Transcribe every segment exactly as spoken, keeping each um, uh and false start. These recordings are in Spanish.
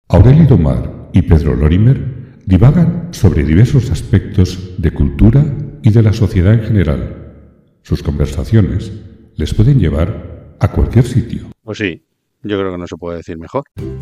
Aureli Domar y Pedro Lorimer divagan sobre diversos aspectos de cultura y de la sociedad en general. Sus conversaciones les pueden llevar a cualquier sitio. Pues sí, yo creo que no se puede decir mejor.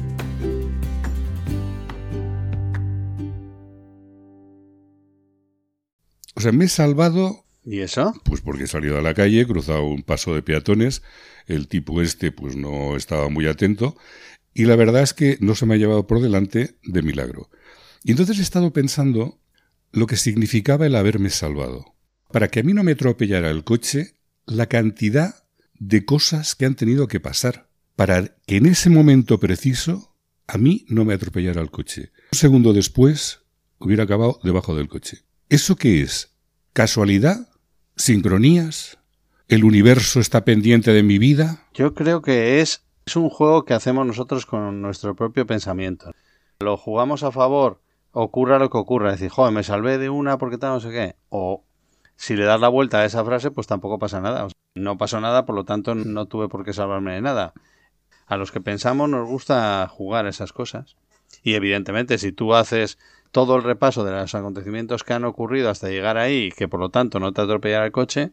O sea, me he salvado... ¿Y eso? Pues porque he salido a la calle, he cruzado un paso de peatones, el tipo este pues no estaba muy atento, y la verdad es que no se me ha llevado por delante de milagro. Y entonces he estado pensando lo que significaba el haberme salvado. Para que a mí no me atropellara el coche, la cantidad de cosas que han tenido que pasar para que en ese momento preciso a mí no me atropellara el coche. Un segundo después hubiera acabado debajo del coche. ¿Eso qué es? ¿Casualidad? ¿Sincronías? ¿El universo está pendiente de mi vida? Yo creo que es, es un juego que hacemos nosotros con nuestro propio pensamiento. Lo jugamos a favor, ocurra lo que ocurra. Es decir, joder, me salvé de una porque tal, no sé qué. O si le das la vuelta a esa frase, pues tampoco pasa nada. O sea, no pasó nada, por lo tanto no tuve por qué salvarme de nada. A los que pensamos nos gusta jugar esas cosas. Y evidentemente, si tú haces todo el repaso de los acontecimientos que han ocurrido hasta llegar ahí, que por lo tanto no te atropellará el coche,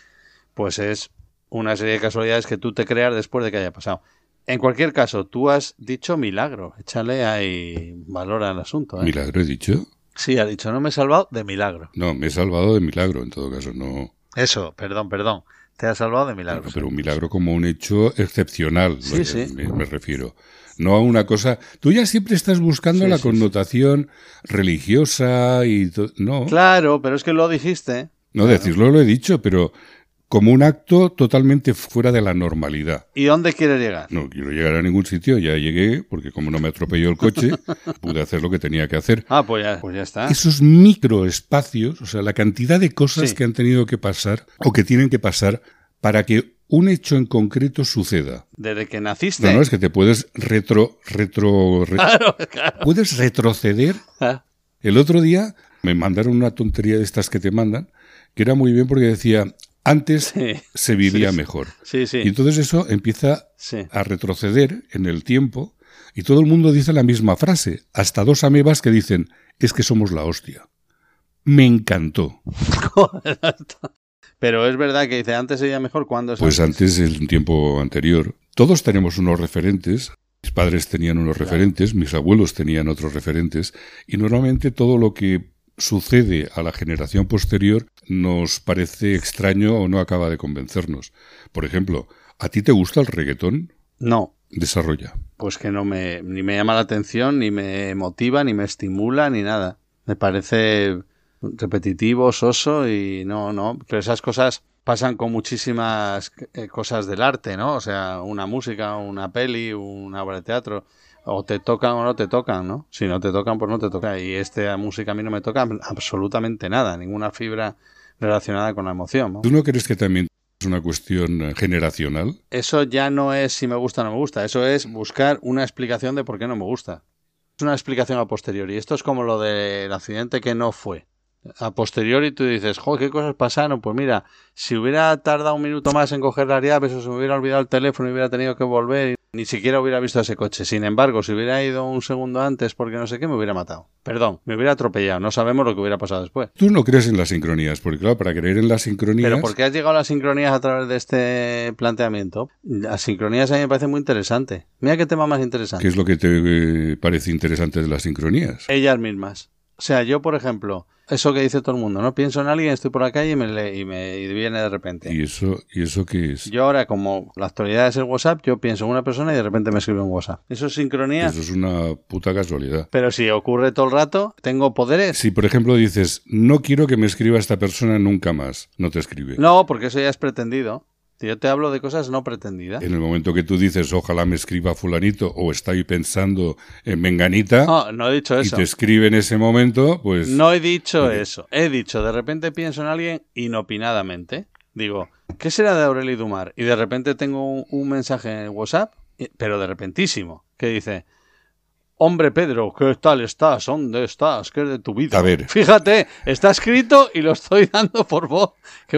pues es una serie de casualidades que tú te creas después de que haya pasado. En cualquier caso, tú has dicho milagro. Échale ahí valor al asunto, ¿eh? ¿Milagro he dicho? Sí, ha dicho, no me he salvado de milagro. No, me he salvado de milagro, en todo caso, no... Eso, perdón, perdón. Te has salvado de milagro. Bueno, pero un milagro como un hecho excepcional, sí, lo, sí. Me, me refiero. No a una cosa... Tú ya siempre estás buscando sí, la sí, connotación sí. religiosa y... To... No. Claro, pero es que lo dijiste. No, claro. Decirlo lo he dicho, pero como un acto totalmente fuera de la normalidad. ¿Y dónde quieres llegar? No quiero llegar a ningún sitio, ya llegué, porque como no me atropelló el coche, pude hacer lo que tenía que hacer. Ah, pues ya, pues ya está. Esos microespacios, o sea, la cantidad de cosas sí. que han tenido que pasar o que tienen que pasar para que un hecho en concreto suceda. Desde que naciste. No, no, es que te puedes retro... retro re... Claro, claro. Puedes retroceder. Ah. El otro día me mandaron una tontería de estas que te mandan, que era muy bien porque decía... Antes sí, se vivía sí, mejor. Sí, sí. Y entonces eso empieza sí. a retroceder en el tiempo y todo el mundo dice la misma frase. Hasta dos amebas que dicen, es que somos la hostia. Me encantó. Pero es verdad que dice, antes sería mejor, ¿cuándo es Pues antes? antes, en un tiempo anterior. Todos tenemos unos referentes. Mis padres tenían unos claro. referentes, mis abuelos tenían otros referentes. Y normalmente todo lo que sucede a la generación posterior nos parece extraño o no acaba de convencernos. Por ejemplo, ¿a ti te gusta el reggaetón? No. Desarrolla. Pues que no me, ni me llama la atención, ni me motiva, ni me estimula, ni nada. Me parece repetitivo, soso y no, no. Pero esas cosas pasan con muchísimas eh, cosas del arte, ¿no? O sea, una música, una peli, una obra de teatro. O te tocan o no te tocan, ¿no? Si no te tocan, pues no te toca. Y esta música a mí no me toca absolutamente nada, ninguna fibra relacionada con la emoción, ¿no? ¿Tú no crees que también es una cuestión generacional? Eso ya no es si me gusta o no me gusta, eso es buscar una explicación de por qué no me gusta. Es una explicación a posteriori. Esto es como lo del accidente que no fue. A posteriori tú dices, joder, ¿qué cosas pasaron? Pues mira, si hubiera tardado un minuto más en coger las llaves o se me hubiera olvidado el teléfono y hubiera tenido que volver, ni siquiera hubiera visto ese coche. Sin embargo, si hubiera ido un segundo antes porque no sé qué, me hubiera matado. Perdón, me hubiera atropellado. No sabemos lo que hubiera pasado después. Tú no crees en las sincronías, porque claro, para creer en las sincronías... ¿Pero por qué has llegado a las sincronías a través de este planteamiento? Las sincronías a mí me parecen muy interesantes. Mira qué tema más interesante. ¿Qué es lo que te eh, parece interesante de las sincronías? Ellas mismas. O sea, yo, por ejemplo, eso que dice todo el mundo, ¿no? Pienso en alguien, estoy por la calle y me, le, y me y viene de repente. ¿Y eso, ¿Y eso qué es? Yo ahora, como la actualidad es el WhatsApp, yo pienso en una persona y de repente me escribe un WhatsApp. ¿Eso es sincronía? Eso es una puta casualidad. Pero si ocurre todo el rato, ¿tengo poderes? Si, por ejemplo, dices, no quiero que me escriba esta persona nunca más, no te escribe. No, porque eso ya es pretendido. Yo te hablo de cosas no pretendidas. En el momento que tú dices, ojalá me escriba fulanito, o estoy pensando en menganita, no, no he dicho eso. Y te escribe en ese momento, pues... No he dicho okay. eso. He dicho, de repente pienso en alguien inopinadamente. Digo, ¿qué será de Aureli Domar? Y de repente tengo un, un mensaje en WhatsApp, pero de repentísimo, que dice... Hombre, Pedro, ¿qué tal estás? ¿Dónde estás? ¿Qué es de tu vida? A ver. Fíjate, está escrito y lo estoy dando por voz. Qué bonito.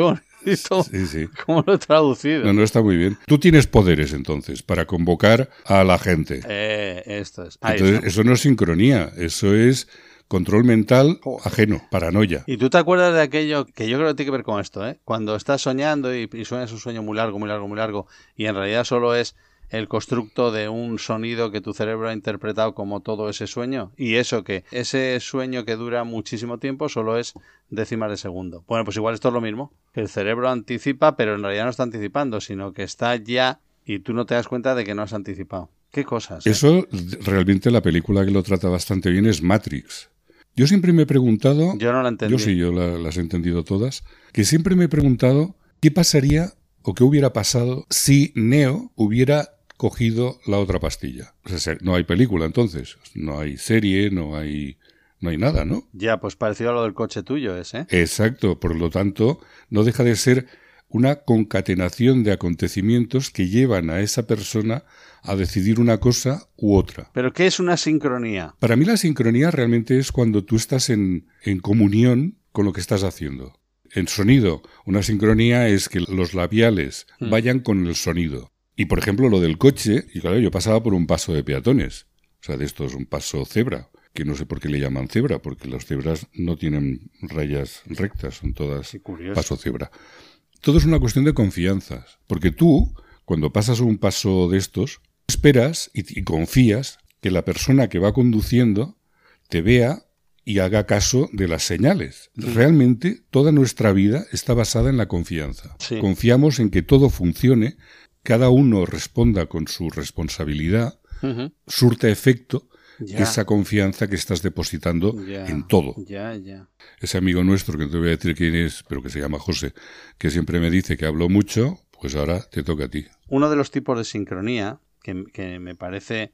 visto sí, sí. cómo lo he traducido? No, no, está muy bien. Tú tienes poderes, entonces, para convocar a la gente. Eh, esto es. Ahí Entonces, está. eso no es sincronía, eso es control mental ajeno, paranoia. ¿Y tú te acuerdas de aquello que yo creo que tiene que ver con esto, eh? Cuando estás soñando y, y sueñas un sueño muy largo, muy largo, muy largo, y en realidad solo es el constructo de un sonido que tu cerebro ha interpretado como todo ese sueño, y eso que ese sueño que dura muchísimo tiempo solo es décimas de segundo. Bueno, pues igual esto es lo mismo, que el cerebro anticipa, pero en realidad no está anticipando, sino que está ya y tú no te das cuenta de que no has anticipado. ¿Qué cosas? ¿eh? Eso, realmente, la película que lo trata bastante bien es Matrix. Yo siempre me he preguntado... Yo no la entendí. Yo sí, yo la, las he entendido todas. Que siempre me he preguntado qué pasaría o qué hubiera pasado si Neo hubiera cogido la otra pastilla. O sea, no hay película entonces, no hay serie, no hay, no hay nada, ¿no? Ya, pues parecido a lo del coche tuyo ese. ¿eh? Exacto, por lo tanto, no deja de ser una concatenación de acontecimientos que llevan a esa persona a decidir una cosa u otra. ¿Pero qué es una sincronía? Para mí la sincronía realmente es cuando tú estás en, en comunión con lo que estás haciendo. En sonido, una sincronía es que los labiales mm. vayan con el sonido. Y, por ejemplo, lo del coche, y claro, yo pasaba por un paso de peatones, o sea, de estos, un paso cebra, que no sé por qué le llaman cebra, porque las cebras no tienen rayas rectas, son todas paso cebra. Todo es una cuestión de confianzas, porque tú, cuando pasas un paso de estos, esperas y, y confías que la persona que va conduciendo te vea y haga caso de las señales. Sí. Realmente, toda nuestra vida está basada en la confianza. Sí. Confiamos en que todo funcione, cada uno responda con su responsabilidad, uh-huh. surta efecto ya. esa confianza que estás depositando ya. en todo. Ya, ya. Ese amigo nuestro, que no te voy a decir quién es, pero que se llama José, que siempre me dice que hablo mucho, pues ahora te toca a ti. Uno de los tipos de sincronía que, que me parece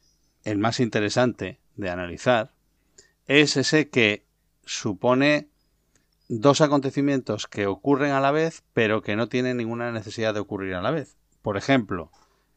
el más interesante de analizar es ese que supone dos acontecimientos que ocurren a la vez, pero que no tienen ninguna necesidad de ocurrir a la vez. Por ejemplo,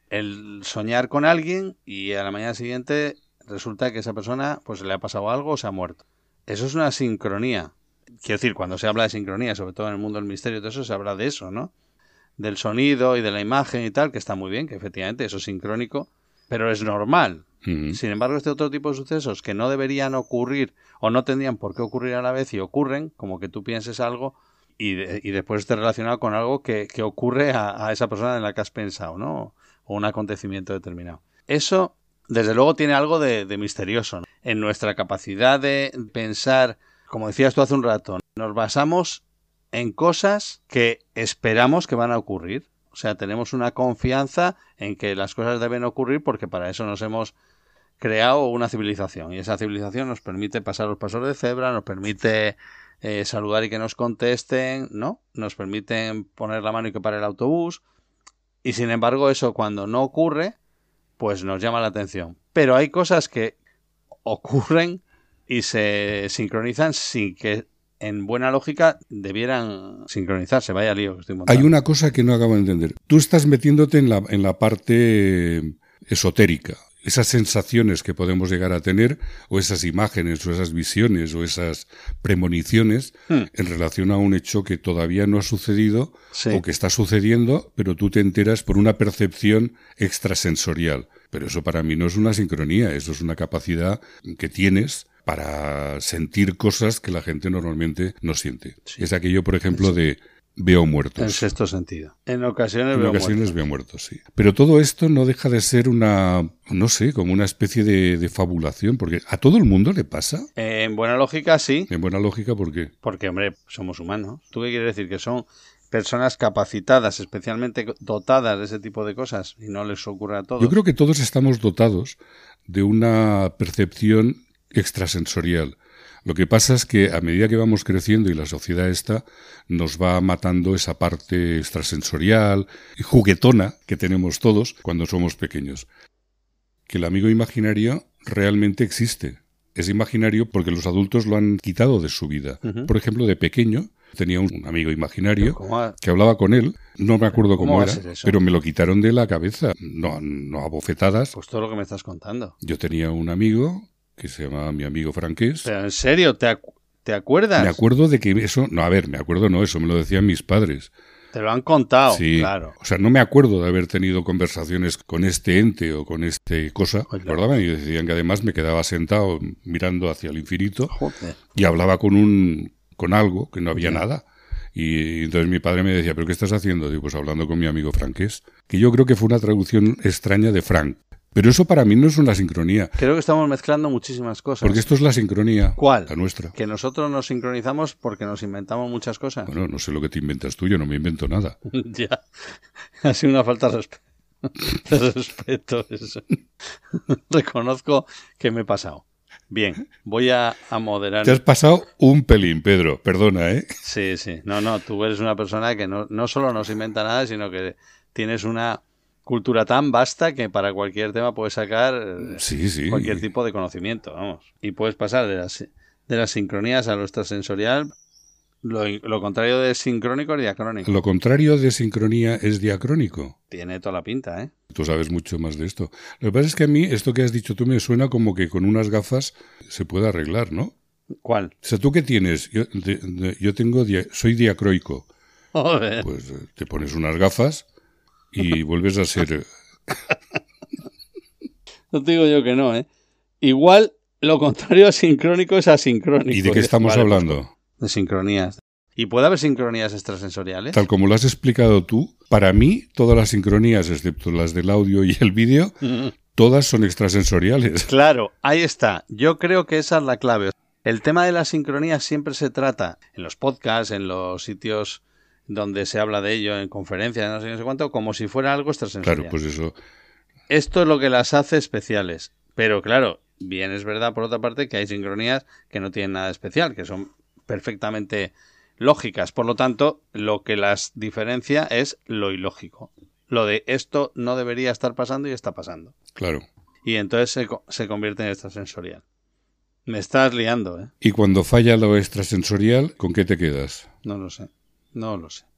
el soñar con alguien y a la mañana siguiente resulta que esa persona pues le ha pasado algo o se ha muerto. Eso es una sincronía. Quiero decir, cuando se habla de sincronía, sobre todo en el mundo del misterio y todo eso, se habla de eso, ¿no? Del sonido y de la imagen y tal, que está muy bien, que efectivamente eso es sincrónico, pero es normal. Uh-huh. Sin embargo, este otro tipo de sucesos que no deberían ocurrir o no tendrían por qué ocurrir a la vez y ocurren, como que tú pienses algo y, de, y después esté relacionado con algo que, que ocurre a, a esa persona en la que has pensado, ¿no? O un acontecimiento determinado. Eso, desde luego, tiene algo de, de misterioso, ¿no? En nuestra capacidad de pensar, como decías tú hace un rato, nos basamos en cosas que esperamos que van a ocurrir. O sea, tenemos una confianza en que las cosas deben ocurrir porque para eso nos hemos creado una civilización. Y esa civilización nos permite pasar los pasos de cebra, nos permite eh, saludar y que nos contesten, ¿no? Nos permiten poner la mano y que pare el autobús. Y sin embargo, eso cuando no ocurre, pues nos llama la atención. Pero hay cosas que ocurren y se sincronizan sin que, en buena lógica, debieran sincronizarse. Vaya lío que estoy montando. Hay una cosa que no acabo de entender. Tú estás metiéndote en la, en la parte esotérica. Esas sensaciones que podemos llegar a tener, o esas imágenes, o esas visiones, o esas premoniciones, hmm. en relación a un hecho que todavía no ha sucedido, sí. o que está sucediendo, pero tú te enteras por una percepción extrasensorial. Pero eso para mí no es una sincronía, eso es una capacidad que tienes para sentir cosas que la gente normalmente no siente. Sí. Es aquello, por ejemplo, sí. de veo muertos. En sexto sentido. En ocasiones, en veo, ocasiones muertos. veo muertos, sí. Pero todo esto no deja de ser una, no sé, como una especie de, de fabulación, porque ¿a todo el mundo le pasa? Eh, en buena lógica, sí. En buena lógica, ¿por qué? Porque, hombre, somos humanos. ¿Tú qué quieres decir? Que son personas capacitadas, especialmente dotadas de ese tipo de cosas, y no les ocurre a todos. Yo creo que todos estamos dotados de una percepción extrasensorial. Lo que pasa es que a medida que vamos creciendo y la sociedad esta nos va matando esa parte extrasensorial y juguetona que tenemos todos cuando somos pequeños. Que el amigo imaginario realmente existe. Es imaginario porque los adultos lo han quitado de su vida. Uh-huh. Por ejemplo, de pequeño tenía un amigo imaginario que hablaba con él, no me acuerdo cómo, cómo era, pero me lo quitaron de la cabeza, no, no a bofetadas. Pues todo lo que me estás contando. Yo tenía un amigo que se llamaba mi amigo Franqués. ¿Pero en serio? ¿Te, ¿Te acuerdas? Me acuerdo de que eso... No, a ver, me acuerdo no, eso me lo decían mis padres. Te lo han contado, sí, claro. O sea, no me acuerdo de haber tenido conversaciones con este ente o con este cosa. Oye. ¿Recordaban? Y decían que además me quedaba sentado mirando hacia el infinito. Joder. Y hablaba con un con algo, que no había Joder. nada. Y entonces mi padre me decía, ¿pero qué estás haciendo? Digo, pues hablando con mi amigo Franqués. Que yo creo que fue una traducción extraña de Frank. Pero eso para mí no es una sincronía. Creo que estamos mezclando muchísimas cosas. Porque esto es la sincronía. ¿Cuál? La nuestra. Que nosotros nos sincronizamos porque nos inventamos muchas cosas. Bueno, no sé lo que te inventas tú, yo no me invento nada. Ya. Ha sido una falta de respeto. De respeto eso. Reconozco que me he pasado. Bien, voy a, a moderar. Te has pasado un pelín, Pedro. Perdona, ¿eh? Sí, sí. No, no, tú eres una persona que no, no solo no se inventa nada, sino que tienes una cultura tan vasta que para cualquier tema puedes sacar sí, sí. cualquier tipo de conocimiento, vamos. Y puedes pasar de las, de las sincronías a lo extrasensorial. Lo, lo contrario de sincrónico es diacrónico. Lo contrario de sincronía es diacrónico. Tiene toda la pinta, ¿eh? Tú sabes mucho más de esto. Lo que pasa es que a mí esto que has dicho tú me suena como que con unas gafas se puede arreglar, ¿no? ¿Cuál? O sea, ¿tú qué tienes? Yo, de, de, yo tengo dia, soy diacroico. Joder. Pues te pones unas gafas y vuelves a ser... No te digo yo que no, ¿eh? Igual lo contrario a sincrónico es asincrónico. ¿Y de qué estamos vale, hablando? Pues, de sincronías. ¿Y puede haber sincronías extrasensoriales? Tal como lo has explicado tú, para mí todas las sincronías, excepto las del audio y el vídeo, mm. todas son extrasensoriales. Claro, ahí está. Yo creo que esa es la clave. El tema de las sincronías siempre se trata en los podcasts, en los sitios donde se habla de ello, en conferencias, no sé, no sé cuánto, como si fuera algo extrasensorial. Claro, pues eso... Esto es lo que las hace especiales. Pero claro, bien es verdad, por otra parte, que hay sincronías que no tienen nada especial, que son perfectamente lógicas. Por lo tanto, lo que las diferencia es lo ilógico. Lo de esto no debería estar pasando y está pasando. Claro. Y entonces se, se convierte en extrasensorial. Me estás liando, ¿eh? Y cuando falla lo extrasensorial, ¿con qué te quedas? No lo sé. No lo sé.